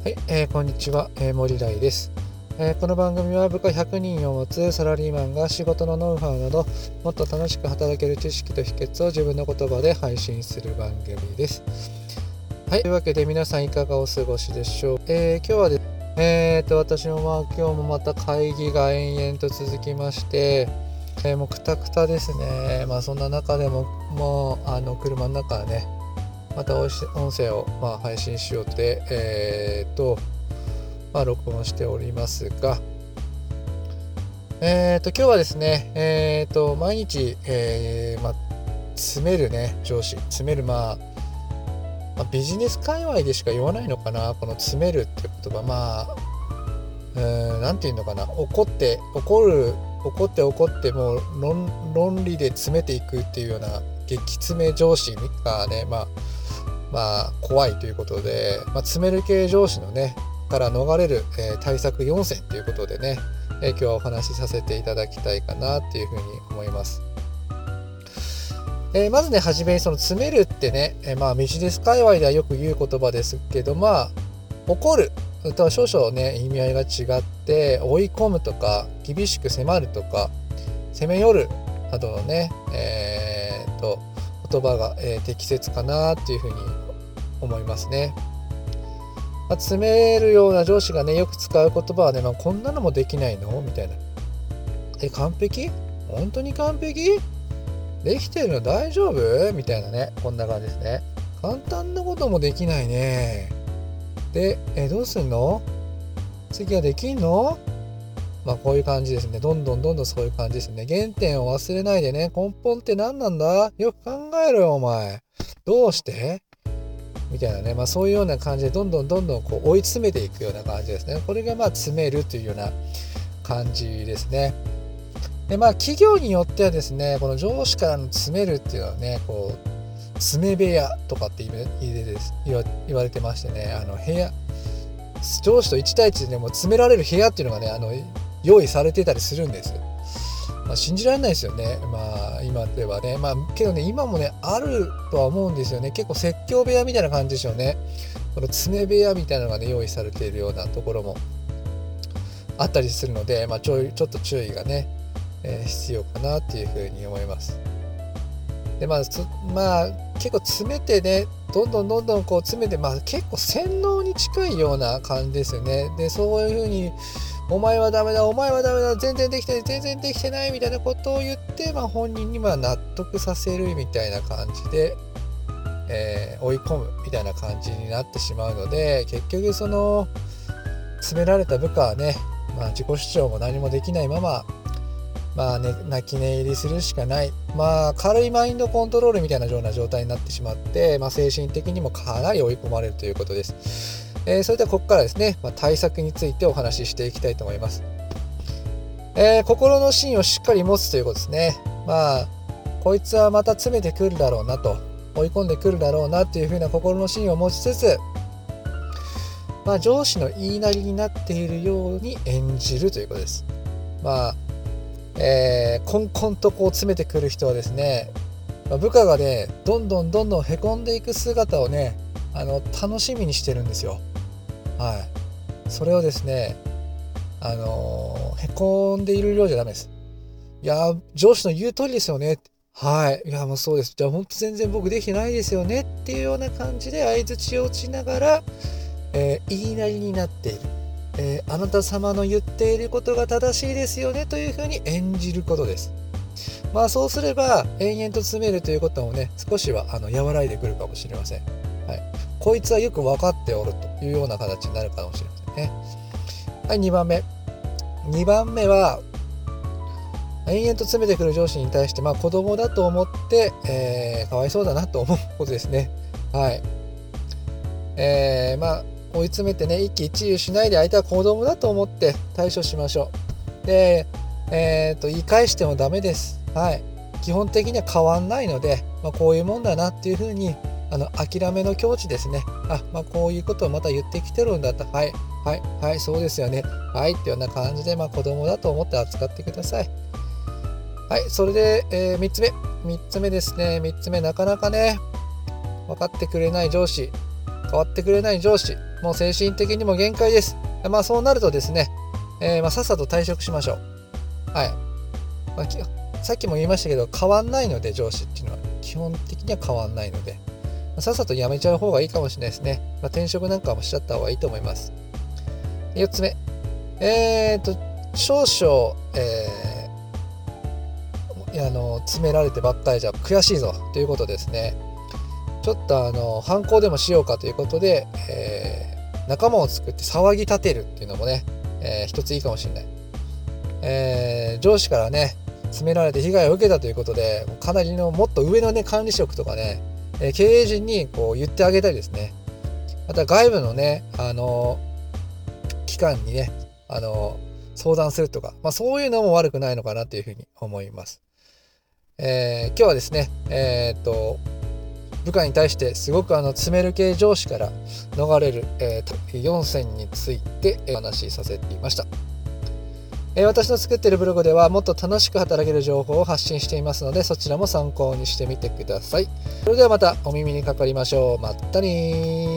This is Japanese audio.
はい、こんにちは、森大です。この番組は部下100人を持つサラリーマンが仕事のノウハウなどもっと楽しく働ける知識と秘訣を自分の言葉で配信する番組です。はい、というわけで皆さんいかがお過ごしでしょう。今日はですね、私も今日もまた会議が延々と続きまして、もうクタクタですね。そんな中でももう車の中はねまた音声を配信しようって録音しておりますが、今日はですね、毎日、詰めるね上司、詰めるビジネス界隈でしか言わないのかな、この詰めるって言葉、なんていうのかな、怒ってもう論理で詰めていくっていうような激詰め上司がね、怖いということで、詰める系上司のねから逃れる、対策4選ということでね、今日はお話しさせていただきたいかなっていうふうに思います。まずね、はじめにその詰めるってね、ビジネス界隈ではよく言う言葉ですけど、怒るとは少々ね意味合いが違って、追い込むとか厳しく迫るとか攻め寄るなどのね、言葉が、適切かなっていうふうに思いますね。詰めるような上司がねよく使う言葉はね、こんなのもできないのみたいな。完璧？本当に完璧？できてるの大丈夫？みたいなね、こんな感じですね。簡単なこともできないね。で、どうすんの？次はできんの？こういう感じですね。どんどんそういう感じですね。原点を忘れないでね。根本って何なんだ？よく考えろよお前。どうして？みたいなね、そういうような感じでどんどんこう追い詰めていくような感じですね。これが詰めるというような感じですね。で企業によってはですね、この上司からの詰めるっていうのはね、こう詰め部屋とかって言われてましてね、部屋、上司と1対1で、ね、もう詰められる部屋っていうのがね用意されてたりするんです。信じられないですよね。今ではね、けどね今もねあるとは思うんですよね。結構説教部屋みたいな感じでしょうね。この詰め部屋みたいなのがね用意されているようなところもあったりするので、ちょっと注意がね、必要かなっていうふうに思います。で結構詰めてね、どんどんこう詰めて、結構洗脳に近いような感じですよね。でそういうふうにお前はダメだ全然できてないみたいなことを言って、本人に納得させるみたいな感じで、追い込むみたいな感じになってしまうので、結局その詰められた部下はね、自己主張も何もできないまま泣き寝入りするしかない、軽いマインドコントロールみたいなような状態になってしまって、精神的にもかなり追い込まれるということです。それではここからですね、対策についてお話ししていきたいと思います。心の芯をしっかり持つということですね。こいつはまた詰めてくるだろうなと、追い込んでくるだろうなというふうな心の芯を持ちつつ、上司の言いなりになっているように演じるということです。こんこんとこう詰めてくる人はですね、部下がねどんどんへこんでいく姿をね楽しみにしてるんですよ。それをですねへこんでいるようじゃダメです。いや上司の言う通りですよね。いやもうそうです。じゃあ本当全然僕できてないですよねっていうような感じで相槌を打ちながら、言いなりになっている。あなた様の言っていることが正しいですよねというふうに演じることです。そうすれば延々と詰めるということもね少しは和らいでくるかもしれません。こいつはよく分かっておるというような形になるかもしれませんね。2番目は延々と詰めてくる上司に対して子供だと思って、かわいそうだなと思うことですね。追い詰めてね一喜一憂しないで、相手は子供だと思って対処しましょう。で、言い返してもダメです。基本的には変わんないので、こういうもんだなっていうふうに諦めの境地ですね。こういうことをまた言ってきてるんだったらそうですよねっていうような感じで、子供だと思って扱ってください。それで、3つ目ですね。3つ目、なかなかね分かってくれない上司、 変わってくれない上司、もう精神的にも限界です。そうなるとですね、さっさと退職しましょう。はい。さっきも言いましたけど、変わんないので、上司っていうのは基本的には変わんないので、さっさと辞めちゃう方がいいかもしれないですね。転職なんかもしちゃった方がいいと思います。4つ目、少々、詰められてばっかりじゃ悔しいぞということですね。ちょっと反抗でもしようかということで、仲間を作って騒ぎ立てるっていうのもね、一ついいかもしれない。上司からね詰められて被害を受けたということで、かなりのもっと上のね管理職とかね、経営陣にこう言ってあげたりですね。また外部のね機関にね相談するとか、そういうのも悪くないのかなというふうに思います。今日はですね部下に対してすごく詰める系上司から逃れる、4選についてお話しさせていました。私の作っているブログではもっと楽しく働ける情報を発信していますので、そちらも参考にしてみてください。それではまたお耳にかかりましょう。まったねー。